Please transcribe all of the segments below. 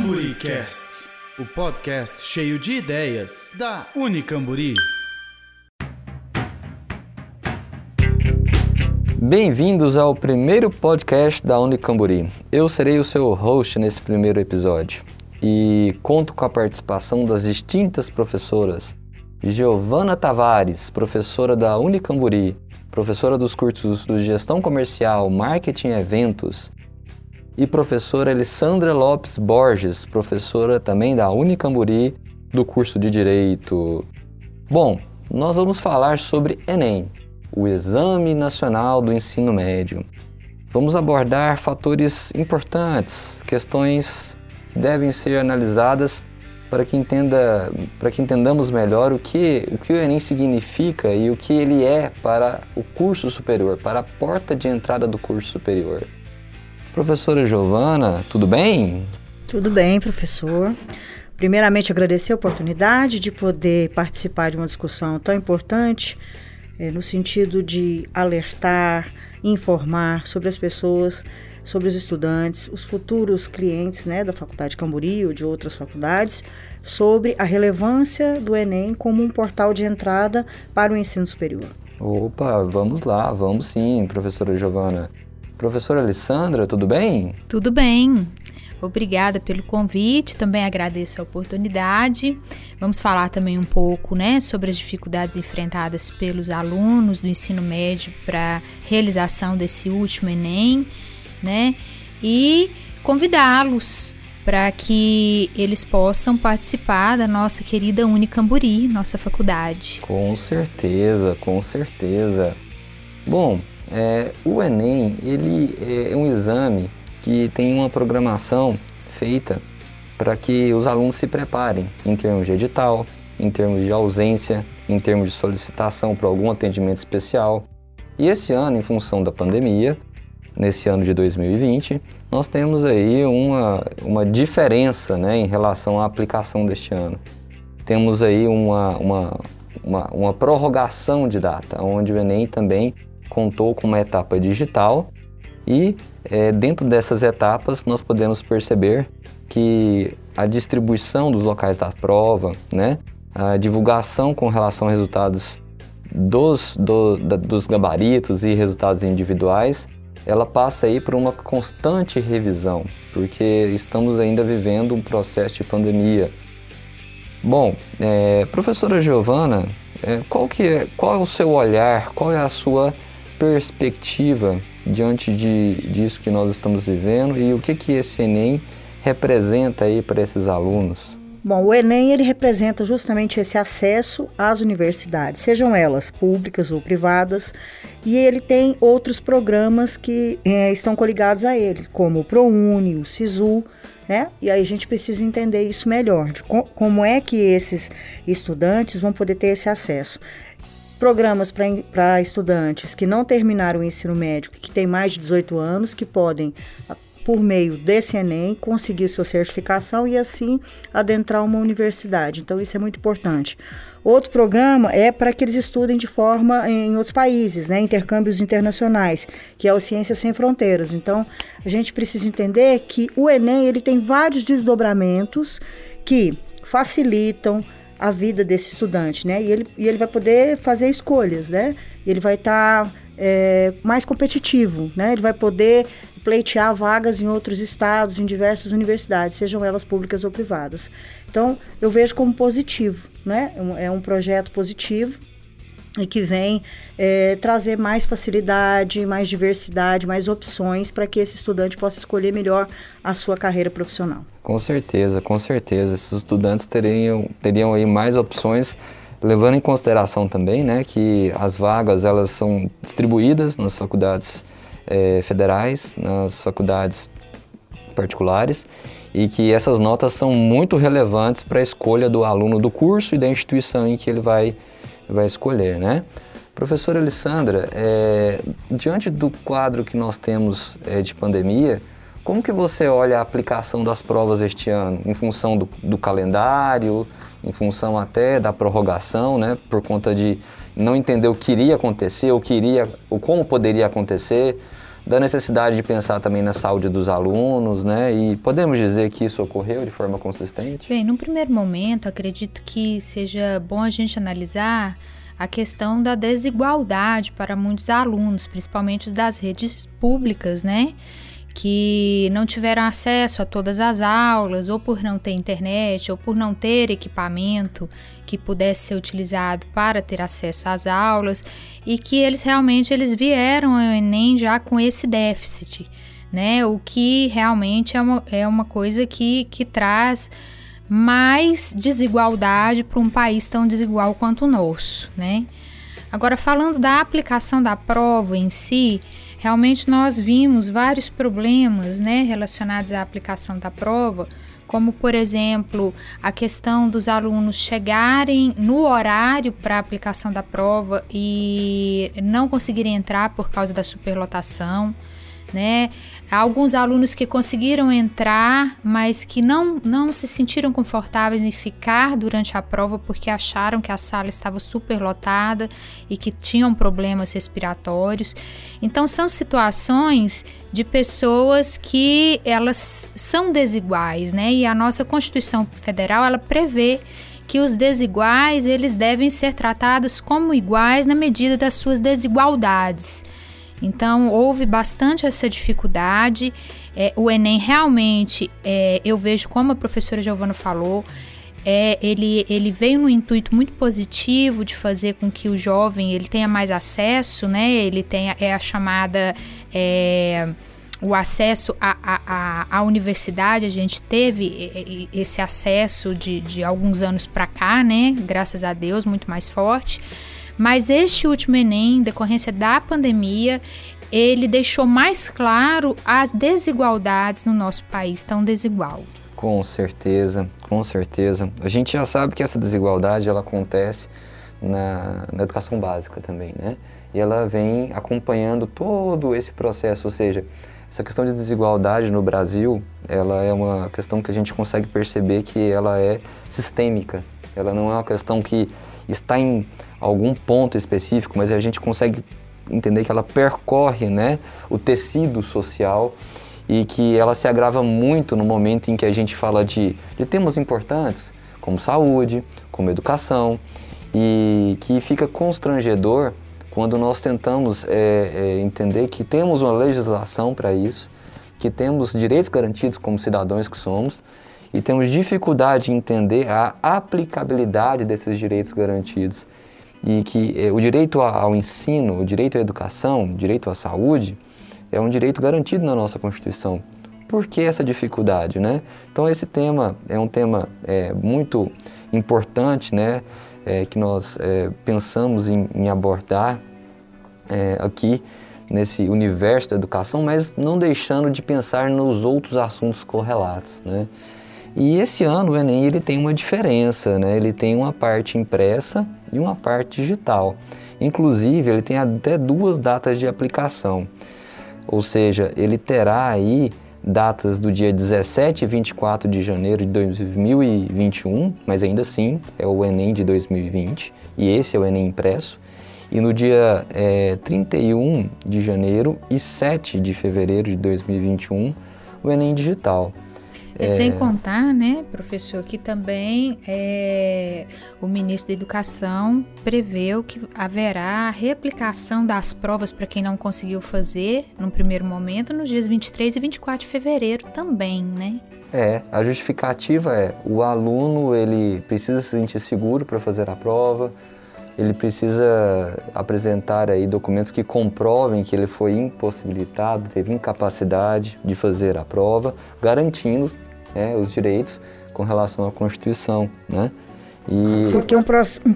CamburiCast, o podcast cheio de ideias da Unicamburi. Bem-vindos ao primeiro podcast da Unicamburi. Eu serei o seu host nesse primeiro episódio e conto com a participação das distintas professoras Giovana Tavares, professora da Unicamburi, professora dos cursos de Gestão Comercial, Marketing e Eventos, e professora Alessandra Lopes Borges, professora também da Unicamburi, do curso de Direito. Bom, nós vamos falar sobre Enem, o Exame Nacional do Ensino Médio. Vamos abordar fatores importantes, questões que devem ser analisadas para que entendamos melhor o que o Enem significa e o que ele é para o curso superior, para a porta de entrada do curso superior. Professora Giovana, tudo bem? Tudo bem, professor. Primeiramente, agradecer a oportunidade de poder participar de uma discussão tão importante, no sentido de alertar, informar sobre as pessoas, sobre os estudantes, os futuros clientes, da Faculdade Camburi ou de outras faculdades, sobre a relevância do Enem como um portal de entrada para o ensino superior. Opa, vamos lá, vamos sim, professora Giovana. Professora Alessandra, tudo bem? Tudo bem. Obrigada pelo convite, também agradeço a oportunidade. Vamos falar também um pouco, sobre as dificuldades enfrentadas pelos alunos do ensino médio para a realização desse último Enem, e convidá-los para que eles possam participar da nossa querida Unicamburi, nossa faculdade. Com certeza, com certeza. Bom, o Enem, ele é um exame que tem uma programação feita para que os alunos se preparem em termos de edital, em termos de ausência, em termos de solicitação para algum atendimento especial. E esse ano, em função da pandemia, nesse ano de 2020, nós temos aí uma diferença, em relação à aplicação deste ano. Temos aí uma prorrogação de data, onde o Enem também contou com uma etapa digital e dentro dessas etapas nós podemos perceber que a distribuição dos locais da prova, a divulgação com relação a resultados dos gabaritos e resultados individuais, ela passa aí por uma constante revisão, porque estamos ainda vivendo um processo de pandemia. Bom, professora Giovana, qual é o seu olhar, qual é a sua perspectiva diante disso que nós estamos vivendo e o que esse Enem representa aí para esses alunos? Bom, o Enem ele representa justamente esse acesso às universidades, sejam elas públicas ou privadas, e ele tem outros programas que estão coligados a ele, como o ProUni, o SISU, E aí a gente precisa entender isso melhor, de como é que esses estudantes vão poder ter esse acesso. Programas para estudantes que não terminaram o ensino médio, que têm mais de 18 anos, que podem, por meio desse Enem, conseguir sua certificação e assim adentrar uma universidade. Então isso é muito importante. Outro programa é para que eles estudem de forma em outros países, intercâmbios internacionais, que é o Ciências Sem Fronteiras. Então a gente precisa entender que o Enem ele tem vários desdobramentos que facilitam a vida desse estudante, E ele vai poder fazer escolhas, Ele vai estar mais competitivo, Ele vai poder pleitear vagas em outros estados, em diversas universidades, sejam elas públicas ou privadas. Então, eu vejo como positivo, É um projeto positivo e que vem trazer mais facilidade, mais diversidade, mais opções para que esse estudante possa escolher melhor a sua carreira profissional. Com certeza, com certeza. Esses estudantes teriam aí mais opções, levando em consideração também, que as vagas elas são distribuídas nas faculdades federais, nas faculdades particulares, e que essas notas são muito relevantes para a escolha do aluno do curso e da instituição em que ele vai escolher, Professora Alessandra, diante do quadro que nós temos de pandemia, como que você olha a aplicação das provas este ano, em função do calendário, em função até da prorrogação, por conta de não entender o que iria acontecer, ou como poderia acontecer? da necessidade de pensar também na saúde dos alunos, né? E podemos dizer que isso ocorreu de forma consistente? Bem, num primeiro momento, acredito que seja bom a gente analisar a questão da desigualdade para muitos alunos, principalmente das redes públicas, né? Que não tiveram acesso a todas as aulas, ou por não ter internet, ou por não ter equipamento que pudesse ser utilizado para ter acesso às aulas, e que eles vieram ao Enem já com esse déficit, né? O que realmente é uma coisa que traz mais desigualdade para um país tão desigual quanto o nosso, né? Agora, falando da aplicação da prova em si, realmente nós vimos vários problemas, né, relacionados à aplicação da prova, como, por exemplo, a questão dos alunos chegarem no horário para a aplicação da prova e não conseguirem entrar por causa da superlotação, né? Alguns alunos que conseguiram entrar, mas que não se sentiram confortáveis em ficar durante a prova porque acharam que a sala estava superlotada e que tinham problemas respiratórios. Então, são situações de pessoas que elas são desiguais, né? E a nossa Constituição Federal, ela prevê que os desiguais, eles devem ser tratados como iguais na medida das suas desigualdades. Então, houve bastante essa dificuldade. O Enem realmente, eu vejo como a professora Giovana falou, ele veio num intuito muito positivo de fazer com que o jovem ele tenha mais acesso, né? Ele tenha a chamada... o acesso à universidade. A gente teve esse acesso de alguns anos para cá, né? Graças a Deus, muito mais forte. Mas este último Enem, em decorrência da pandemia, ele deixou mais claro as desigualdades no nosso país tão desigual. Com certeza, com certeza. A gente já sabe que essa desigualdade ela acontece na educação básica também, né? E ela vem acompanhando todo esse processo, ou seja, essa questão de desigualdade no Brasil, ela é uma questão que a gente consegue perceber que ela é sistêmica. Ela não é uma questão que está em algum ponto específico, mas a gente consegue entender que ela percorre, né, o tecido social e que ela se agrava muito no momento em que a gente fala de temas importantes, como saúde, como educação, e que fica constrangedor quando nós tentamos entender que temos uma legislação para isso, que temos direitos garantidos como cidadãos que somos, e temos dificuldade em entender a aplicabilidade desses direitos garantidos. E que o direito ao ensino, o direito à educação, o direito à saúde é um direito garantido na nossa Constituição. Por que essa dificuldade, né? Então esse tema é um tema muito importante, né? Que nós pensamos em abordar aqui nesse universo da educação, mas não deixando de pensar nos outros assuntos correlatos, né? E esse ano o Enem ele tem uma diferença, né? Ele tem uma parte impressa e uma parte digital. Inclusive, ele tem até 2 datas de aplicação. Ou seja, ele terá aí datas do dia 17 e 24 de janeiro de 2021, mas ainda assim é o Enem de 2020, e esse é o Enem impresso. E no dia 31 de janeiro e 7 de fevereiro de 2021, o Enem digital. Sem contar, né, professor, que também o ministro da Educação preveu que haverá reaplicação das provas para quem não conseguiu fazer no primeiro momento, nos dias 23 e 24 de fevereiro também, né? A justificativa o aluno ele precisa se sentir seguro para fazer a prova, ele precisa apresentar aí documentos que comprovem que ele foi impossibilitado, teve incapacidade de fazer a prova, garantindo os direitos com relação à Constituição, né? Porque um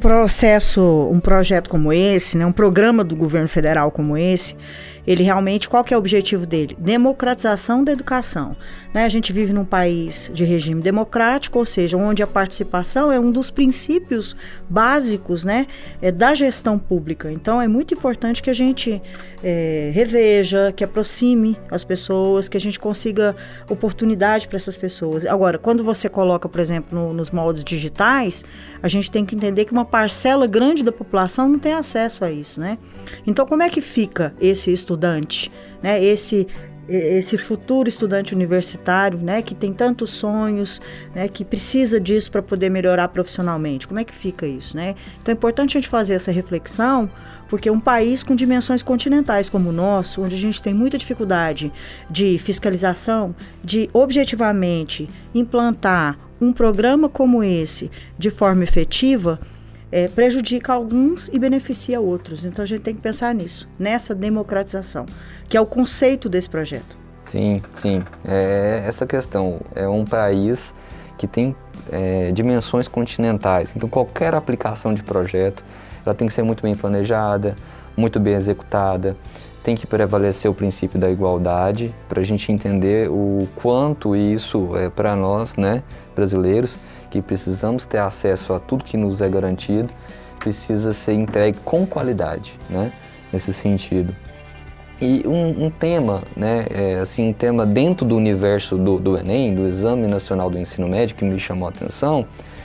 projeto como esse, né, um programa do governo federal como esse, ele realmente, qual que é o objetivo dele? Democratização da educação. Né? A gente vive num país de regime democrático, ou seja, onde a participação é um dos princípios básicos, né, da gestão pública. Então, é muito importante que a gente reveja, que aproxime as pessoas, que a gente consiga oportunidade para essas pessoas. Agora, quando você coloca, por exemplo, nos moldes digitais, a gente tem que entender que uma parcela grande da população não tem acesso a isso, né? Então, como é que fica esse estudante estudante, né? Esse futuro estudante universitário, né, que tem tantos sonhos, né, que precisa disso para poder melhorar profissionalmente. Como é que fica isso, né? Então é importante a gente fazer essa reflexão, porque um país com dimensões continentais como o nosso, onde a gente tem muita dificuldade de fiscalização, de objetivamente implantar um programa como esse de forma efetiva, prejudica alguns e beneficia outros. Então a gente tem que pensar nisso, nessa democratização, que é o conceito desse projeto. Sim. Essa questão é um país que tem dimensões continentais. Então qualquer aplicação de projeto, ela tem que ser muito bem planejada, muito bem executada. Tem que prevalecer o princípio da igualdade para a gente entender o quanto isso é para nós, né, brasileiros, que precisamos ter acesso a tudo que nos é garantido, precisa ser entregue com qualidade, né, nesse sentido. E um tema, né, um tema dentro do universo do Enem, do Exame Nacional do Ensino Médio, que me chamou a atenção,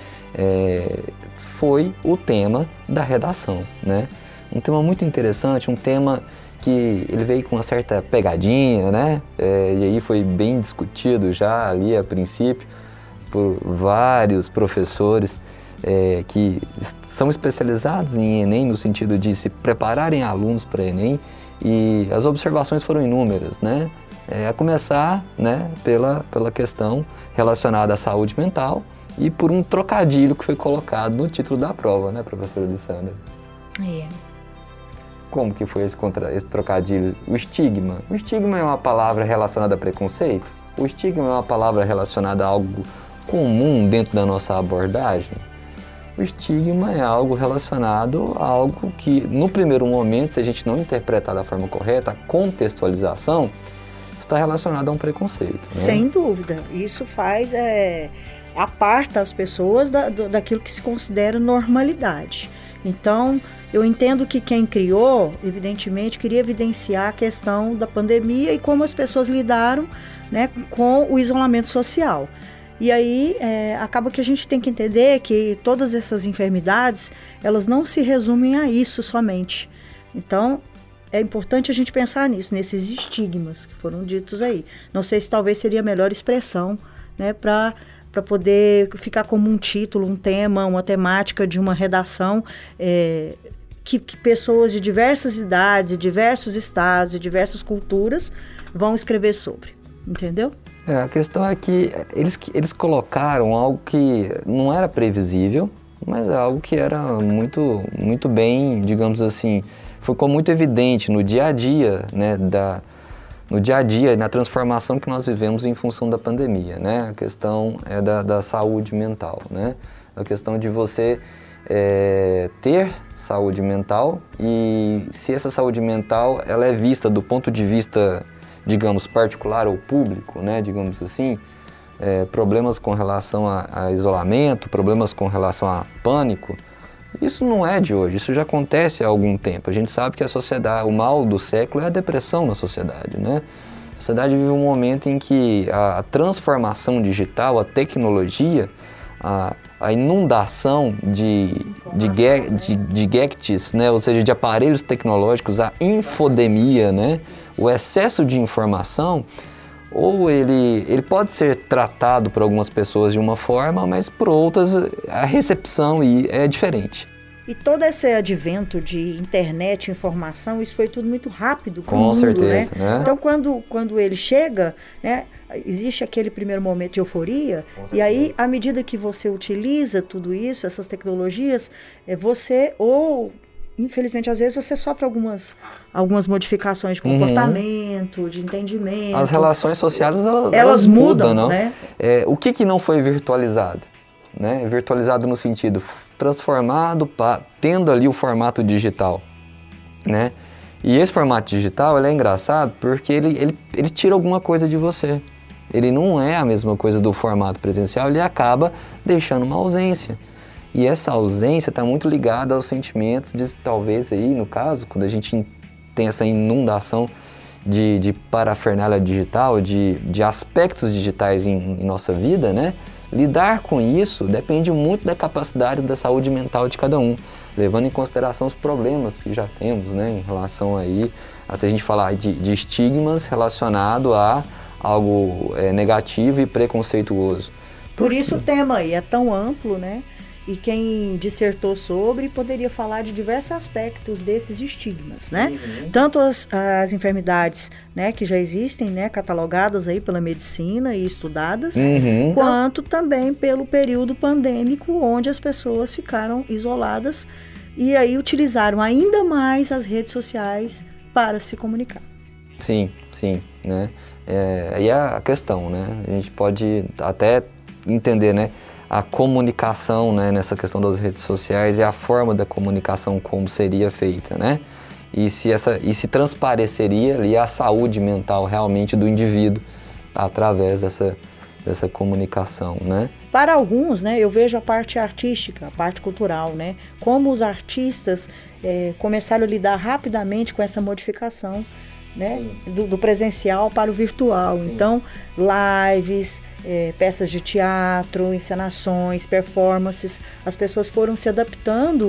foi o tema da redação, né? Um tema muito interessante, um tema que ele veio com uma certa pegadinha, né? E aí foi bem discutido já ali a princípio por vários professores que são especializados em Enem, no sentido de se prepararem alunos para Enem, e as observações foram inúmeras, né? A começar, né, pela questão relacionada à saúde mental e por um trocadilho que foi colocado no título da prova, né, professora Lissandra? Como que foi esse trocadilho? O estigma. O estigma é uma palavra relacionada a preconceito? O estigma é uma palavra relacionada a algo comum dentro da nossa abordagem? O estigma é algo relacionado a algo que, no primeiro momento, se a gente não interpretar da forma correta, a contextualização está relacionada a um preconceito, né? Sem dúvida. Isso faz, aparta as pessoas daquilo que se considera normalidade. Então, eu entendo que quem criou, evidentemente, queria evidenciar a questão da pandemia e como as pessoas lidaram, né, com o isolamento social. E aí, acaba que a gente tem que entender que todas essas enfermidades, elas não se resumem a isso somente. Então, é importante a gente pensar nisso, nesses estigmas que foram ditos aí. Não sei se talvez seria a melhor expressão, né, para poder ficar como um título, um tema, uma temática de uma redação que pessoas de diversas idades, de diversos estados, de diversas culturas vão escrever sobre, entendeu? A questão é que eles colocaram algo que não era previsível, mas algo que era muito, muito bem, digamos assim, ficou muito evidente no dia a dia, né, no dia a dia, na transformação que nós vivemos em função da pandemia, né? A questão é da saúde mental, né? A questão de você ter saúde mental, e se essa saúde mental ela é vista do ponto de vista, digamos, particular ou público, né? Digamos assim, problemas com relação a isolamento, problemas com relação a pânico, isso não é de hoje, isso já acontece há algum tempo. A gente sabe que a sociedade, o mal do século é a depressão na sociedade, né? A sociedade vive um momento em que a transformação digital, a tecnologia, a inundação de gadgets, né? Ou seja, de aparelhos tecnológicos, a infodemia, né? O excesso de informação, ou ele pode ser tratado por algumas pessoas de uma forma, mas por outras a recepção é diferente. E todo esse advento de internet, informação, isso foi tudo muito rápido com o mundo, certeza, né? Então, quando ele chega, né, existe aquele primeiro momento de euforia, e aí, à medida que você utiliza tudo isso, essas tecnologias, infelizmente, às vezes você sofre algumas modificações de comportamento, de entendimento. As relações sociais, elas mudam, não? Né? O que não foi virtualizado? Né? Virtualizado no sentido transformado, tendo ali o formato digital, né? E esse formato digital, ele é engraçado porque ele tira alguma coisa de você. Ele não é a mesma coisa do formato presencial, ele acaba deixando uma ausência. E essa ausência está muito ligada aos sentimentos de, talvez aí, no caso, quando a gente tem essa inundação de parafernália digital, de aspectos digitais em nossa vida, né? lidar com isso depende muito da capacidade da saúde mental de cada um, levando em consideração os problemas que já temos, né, em relação aí, a se a gente falar de estigmas relacionado a algo negativo e preconceituoso. Por isso o tema aí é tão amplo, né? E quem dissertou sobre poderia falar de diversos aspectos desses estigmas, né? Tanto as enfermidades, né, que já existem, né, catalogadas aí pela medicina e estudadas, quanto também pelo período pandêmico, onde as pessoas ficaram isoladas e aí utilizaram ainda mais as redes sociais para se comunicar. Sim, né? Aí é a questão, né? A gente pode até entender, né, a comunicação, né, nessa questão das redes sociais e a forma da comunicação como seria feita, né? E se transpareceria ali a saúde mental realmente do indivíduo através dessa comunicação, né? Para alguns, né, eu vejo a parte artística, a parte cultural, né? Como os artistas começaram a lidar rapidamente com essa modificação, né, do presencial para o virtual. Sim. Então, lives, peças de teatro, encenações, performances, as pessoas foram se adaptando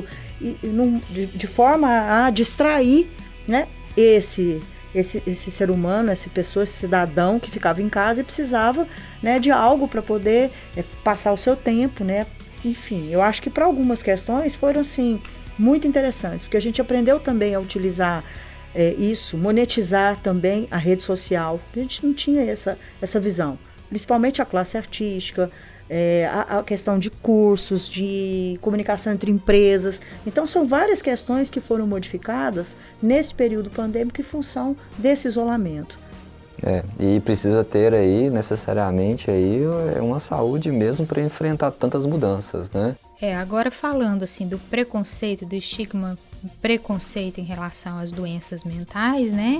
de forma a distrair, né, esse ser humano, essa pessoa, esse cidadão que ficava em casa e precisava, né, de algo para poder passar o seu tempo, né? Enfim, eu acho que para algumas questões foram, assim, muito interessantes, porque a gente aprendeu também a utilizar isso, monetizar também a rede social. A gente não tinha essa visão, principalmente a classe artística, a questão de cursos, de comunicação entre empresas. Então, são várias questões que foram modificadas nesse período pandêmico em função desse isolamento. E precisa ter aí, necessariamente, aí, uma saúde mesmo para enfrentar tantas mudanças, né? Agora falando assim do preconceito, do estigma, preconceito em relação às doenças mentais, né?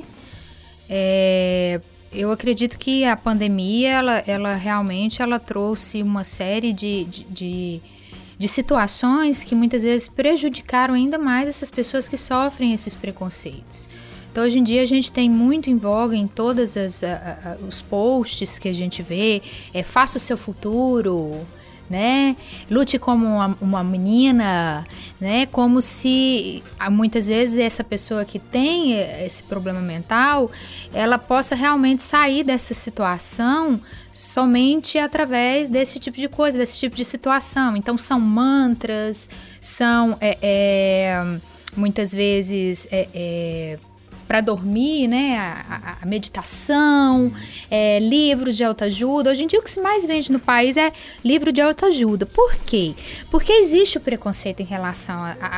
Eu acredito que a pandemia, ela realmente trouxe uma série de situações que muitas vezes prejudicaram ainda mais essas pessoas que sofrem esses preconceitos. Então, hoje em dia, a gente tem muito em voga em todos os posts que a gente vê, faça o seu futuro, né? Lute como uma menina, né? Como se muitas vezes essa pessoa que tem esse problema mental, ela possa realmente sair dessa situação somente através desse tipo de coisa, desse tipo de situação. Então, são mantras, são muitas vezes para dormir, né, a meditação, livros de autoajuda. Hoje em dia o que se mais vende no país é livro de autoajuda. Por quê? Porque existe o preconceito em relação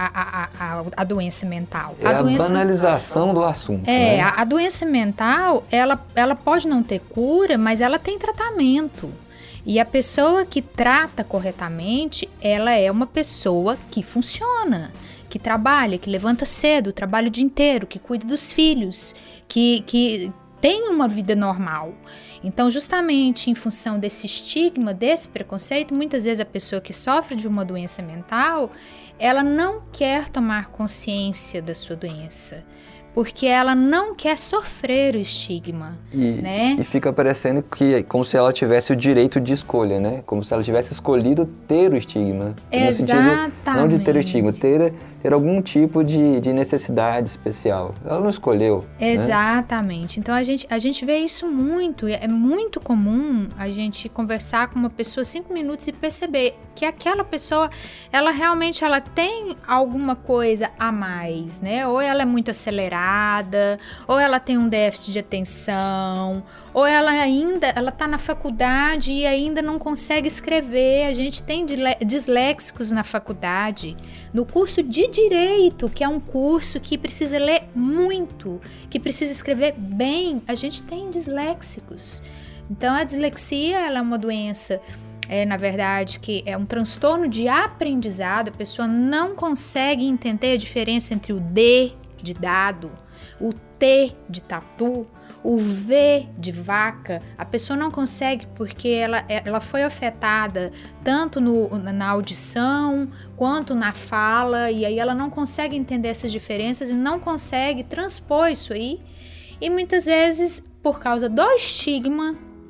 à doença mental. A banalização do assunto. Né? A doença mental, ela pode não ter cura, mas ela tem tratamento. E a pessoa que trata corretamente, ela é uma pessoa que funciona, que trabalha, que levanta cedo, trabalha o dia inteiro, que cuida dos filhos, que tem uma vida normal. Então, justamente em função desse estigma, desse preconceito, muitas vezes a pessoa que sofre de uma doença mental, ela não quer tomar consciência da sua doença, porque ela não quer sofrer o estigma, né? E fica parecendo que como se ela tivesse o direito de escolha, né? Como se ela tivesse escolhido ter o estigma. Exatamente. No sentido não de ter o estigma, ter algum tipo de necessidade especial. Ela não escolheu. Exatamente. Né? Então a gente vê isso muito. É muito comum a gente conversar com uma pessoa 5 minutos e perceber que aquela pessoa, ela realmente tem alguma coisa a mais, né? Ou ela é muito acelerada, ou ela tem um déficit de atenção, ou ela está na faculdade e ainda não consegue escrever. A gente tem disléxicos na faculdade. No curso de Direito, que é um curso que precisa ler muito, que precisa escrever bem, a gente tem disléxicos. Então, a dislexia, ela é uma doença, na verdade, que é um transtorno de aprendizado. A pessoa não consegue entender a diferença entre o D de dado, o T de tatu, o V de vaca. A pessoa não consegue porque ela foi afetada tanto na audição quanto na fala, e aí ela não consegue entender essas diferenças e não consegue transpor isso aí. E muitas vezes, por causa do estigma,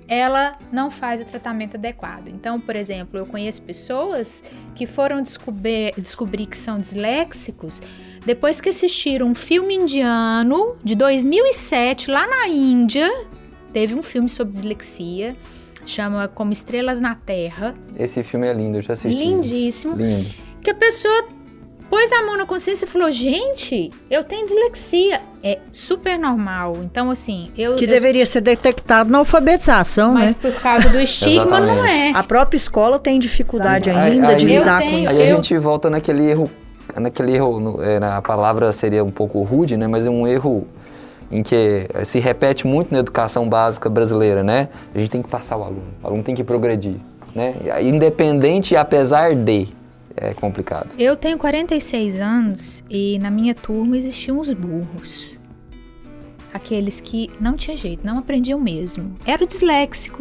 ela não faz o tratamento adequado. Então, por exemplo, eu conheço pessoas que foram descobrir que são disléxicos depois que assistiram um filme indiano de 2007, lá na Índia. Teve um filme sobre dislexia, chama Como Estrelas na Terra. Esse filme é lindo, eu já assisti. Lindíssimo. Lindo. Que a pessoa pôs a mão na consciência e falou, gente, eu tenho dislexia. É super normal. Então, assim, deveria ser detectado na alfabetização, mas né? por causa do estigma, não é. A própria escola tem dificuldade ainda de lidar com isso. Aí a gente volta naquele erro, a palavra seria um pouco rude, né? Mas é um erro em que se repete muito na educação básica brasileira, né? A gente tem que passar o aluno tem que progredir, né? Independente e apesar de, é complicado. Eu tenho 46 anos e na minha turma existiam os burros. Aqueles que não tinha jeito, não aprendiam mesmo. Era o disléxico.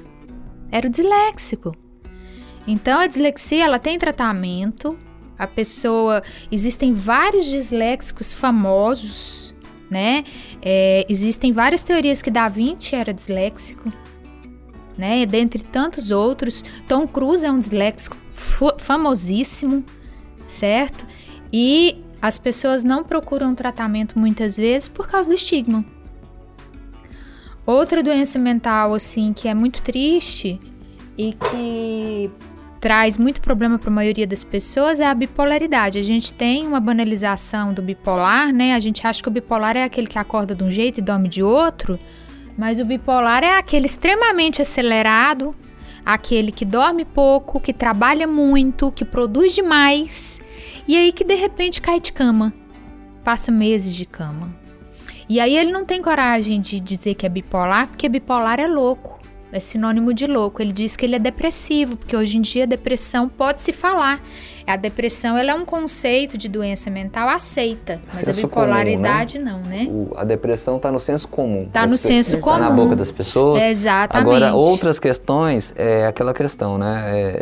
Então a dislexia, ela tem tratamento. Existem vários disléxicos famosos, né? Existem várias teorias que Da Vinci era disléxico, né? Dentre tantos outros. Tom Cruise é um disléxico famosíssimo, certo? E as pessoas não procuram tratamento muitas vezes por causa do estigma. Outra doença mental, assim, que é muito triste e que traz muito problema para a maioria das pessoas é a bipolaridade. A gente tem uma banalização do bipolar, né? A gente acha que o bipolar é aquele que acorda de um jeito e dorme de outro, mas o bipolar é aquele extremamente acelerado, aquele que dorme pouco, que trabalha muito, que produz demais, e aí que de repente cai de cama, passa meses de cama. E aí ele não tem coragem de dizer que é bipolar, porque bipolar é louco. É sinônimo de louco. Ele diz que ele é depressivo, porque hoje em dia a depressão pode se falar. A depressão, ela é um conceito de doença mental aceita, mas senso a bipolaridade comum, né? Não, né? A depressão está no senso comum. Está no senso comum. Está na boca das pessoas. Exatamente. Agora, outras questões, é aquela questão, né?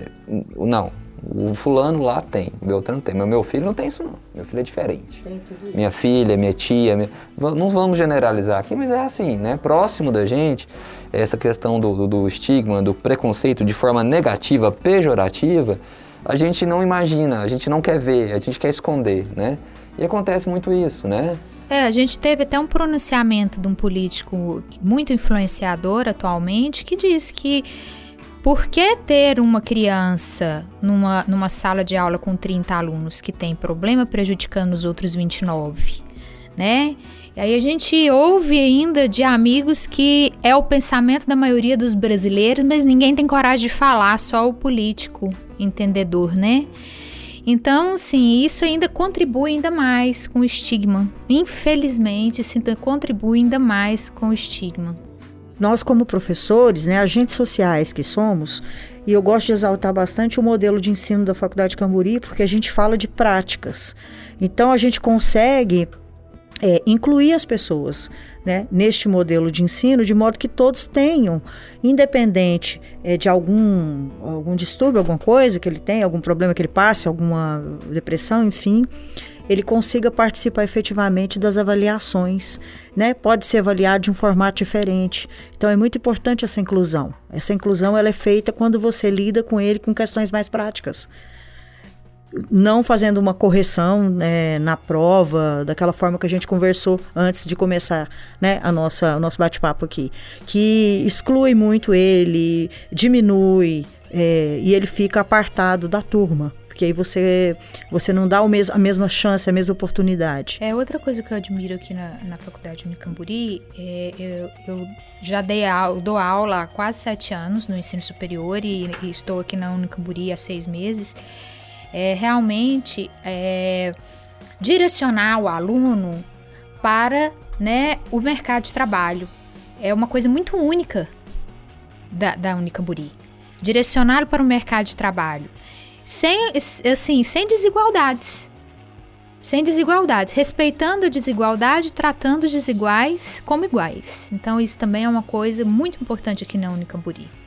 O fulano lá tem, o Beltrano tem, mas meu filho não tem isso não. Meu filho é diferente. Tem tudo isso. Minha filha, minha tia, não vamos generalizar aqui, mas é assim, né? Próximo da gente, essa questão do estigma, do preconceito de forma negativa, pejorativa, a gente não imagina, a gente não quer ver, a gente quer esconder, né? E acontece muito isso, né? A gente teve até um pronunciamento de um político muito influenciador atualmente que diz que por que ter uma criança numa sala de aula com 30 alunos que tem problema prejudicando os outros 29, né? E aí a gente ouve ainda de amigos que é o pensamento da maioria dos brasileiros, mas ninguém tem coragem de falar, só o político entendedor, né? Então, sim, isso ainda contribui ainda mais com o estigma. Infelizmente, isso ainda contribui ainda mais com o estigma. Nós, como professores, né, agentes sociais que somos, e eu gosto de exaltar bastante o modelo de ensino da Faculdade de Camburi, porque a gente fala de práticas. Então, a gente consegue incluir as pessoas, né, neste modelo de ensino, de modo que todos tenham, independente de algum distúrbio, alguma coisa que ele tenha, algum problema que ele passe, alguma depressão, enfim, ele consiga participar efetivamente das avaliações, né? Pode ser avaliado de um formato diferente. Então, é muito importante essa inclusão. Essa inclusão, ela é feita quando você lida com ele com questões mais práticas. Não fazendo uma correção, né, na prova, daquela forma que a gente conversou antes de começar, né, o nosso bate-papo aqui. Que exclui muito ele, diminui, e ele fica apartado da turma. Porque aí você não dá a mesma chance, a mesma oportunidade. Outra coisa que eu admiro aqui na Faculdade Unicamburi, eu já dou aula há quase 7 anos no ensino superior e estou aqui na Unicamburi há 6 meses. Realmente direcionar o aluno para, né, o mercado de trabalho. É uma coisa muito única da Unicamburi. Direcioná-lo para o mercado de trabalho. Sem desigualdades. Sem desigualdades. Respeitando a desigualdade, tratando os desiguais como iguais. Então, isso também é uma coisa muito importante aqui na Unicamburi.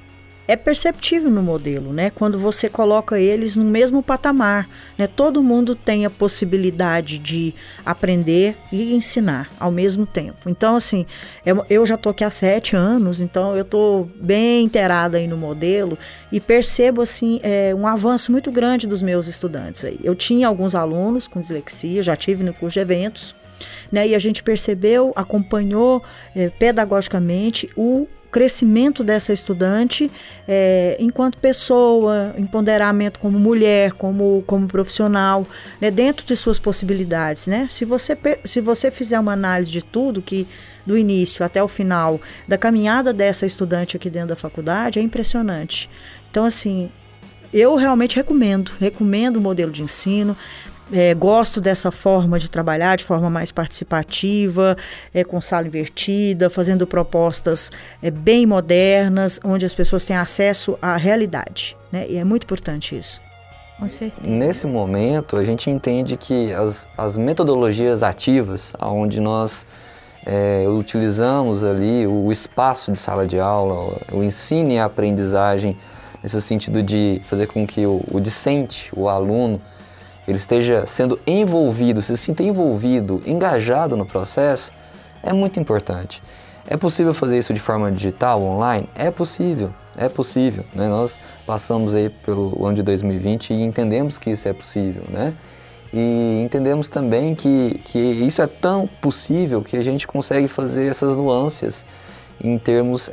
é perceptível no modelo, né? Quando você coloca eles no mesmo patamar, né? Todo mundo tem a possibilidade de aprender e ensinar ao mesmo tempo. Então, assim, eu já estou aqui há 7 anos, então eu estou bem inteirada aí no modelo e percebo, assim, um avanço muito grande dos meus estudantes aí. Eu tinha alguns alunos com dislexia, já tive no curso de eventos, né? E a gente percebeu, acompanhou pedagogicamente o crescimento dessa estudante enquanto pessoa, empoderamento como mulher, como profissional, né, dentro de suas possibilidades, né? Se você fizer uma análise de tudo, que do início até o final da caminhada dessa estudante aqui dentro da faculdade, é impressionante. Então, assim, eu realmente recomendo o modelo de ensino. Gosto dessa forma de trabalhar, de forma mais participativa, com sala invertida, fazendo propostas bem modernas, onde as pessoas têm acesso à realidade, né? E é muito importante isso. Com certeza. Nesse momento, a gente entende que as metodologias ativas, onde nós utilizamos ali o espaço de sala de aula, o ensino e a aprendizagem, nesse sentido de fazer com que o discente, o aluno, ele esteja sendo envolvido, se sinta envolvido, engajado no processo, é muito importante. É possível fazer isso de forma digital, online? É possível, né? Nós passamos aí pelo ano de 2020 e entendemos que isso é possível, né? E entendemos também que isso é tão possível que a gente consegue fazer essas nuances em termos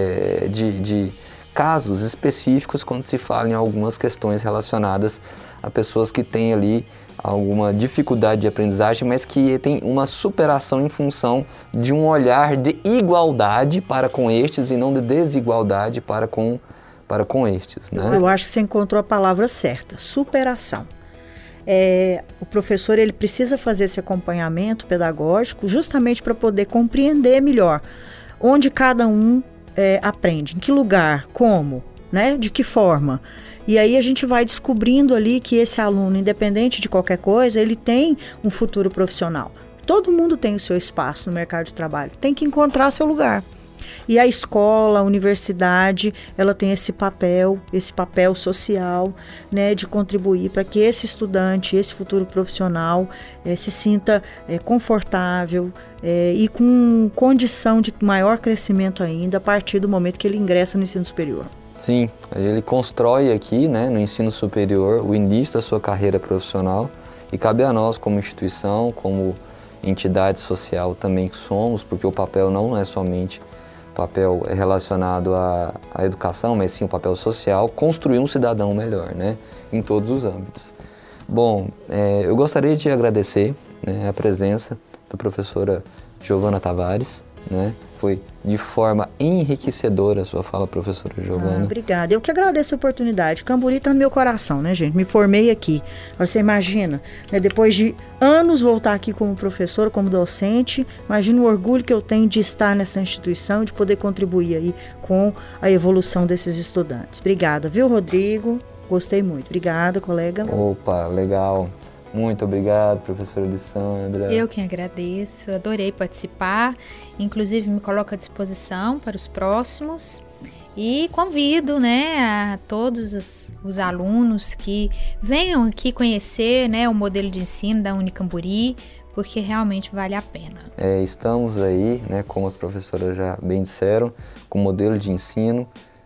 de casos específicos quando se fala em algumas questões relacionadas a pessoas que têm ali alguma dificuldade de aprendizagem, mas que tem uma superação em função de um olhar de igualdade para com estes e não de desigualdade para com estes, né? Eu acho que você encontrou a palavra certa, superação. O professor ele precisa fazer esse acompanhamento pedagógico justamente para poder compreender melhor onde cada um aprende, em que lugar, como, né? De que forma. E aí a gente vai descobrindo ali que esse aluno, independente de qualquer coisa, ele tem um futuro profissional. Todo mundo tem o seu espaço no mercado de trabalho, tem que encontrar seu lugar. E a escola, a universidade, ela tem esse papel social, né, de contribuir para que esse estudante, esse futuro profissional se sinta confortável e com condição de maior crescimento ainda a partir do momento que ele ingressa no ensino superior. Sim, ele constrói aqui, né, no ensino superior, o início da sua carreira profissional e cabe a nós como instituição, como entidade social também que somos, porque o papel não é somente papel relacionado à educação, mas sim o papel social, construir um cidadão melhor, né, em todos os âmbitos. Bom, eu gostaria de agradecer, né, a presença da professora Giovana Tavares, né? Foi de forma enriquecedora a sua fala, professora Giovana. Obrigada. Eu que agradeço a oportunidade. Camburi está no meu coração, né, gente? Me formei aqui. Você imagina, né, depois de anos voltar aqui como professora, como docente, imagina o orgulho que eu tenho de estar nessa instituição, de poder contribuir aí com a evolução desses estudantes. Obrigada, viu, Rodrigo? Gostei muito. Obrigada, colega. Opa, legal. Muito obrigado, professora Alessandra. Eu que agradeço, adorei participar, inclusive me coloco à disposição para os próximos e convido, né, a todos os alunos que venham aqui conhecer, né, o modelo de ensino da Unicamburi, porque realmente vale a pena. Estamos aí, né, como as professoras já bem disseram, com um modelo de ensino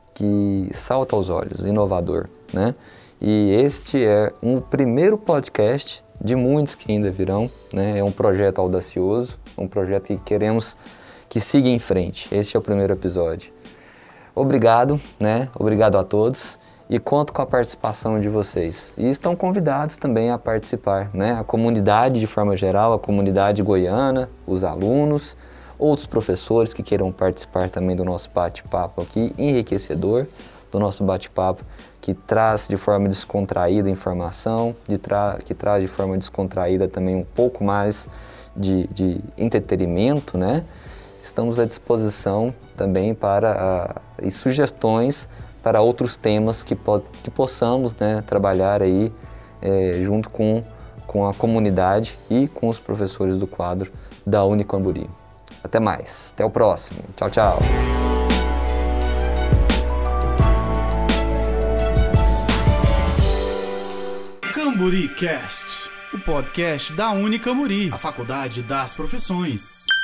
que salta aos olhos, inovador, né? E este é um primeiro podcast de muitos que ainda virão, né? É um projeto audacioso, um projeto que queremos que siga em frente. Este é o primeiro episódio. Obrigado, né? Obrigado a todos e conto com a participação de vocês. E estão convidados também a participar, né? A comunidade de forma geral, a comunidade goiana, os alunos, outros professores que queiram participar também do nosso bate-papo aqui, enriquecedor, do nosso bate-papo, que traz de forma descontraída informação, que traz de forma descontraída também um pouco mais de entretenimento, né? Estamos à disposição também para e sugestões para outros temas que possamos, né, trabalhar aí junto com a comunidade e com os professores do quadro da Unicamburi. Até mais, até o próximo. Tchau, tchau. Camburi Cast, o podcast da Unicamburi, a faculdade das profissões.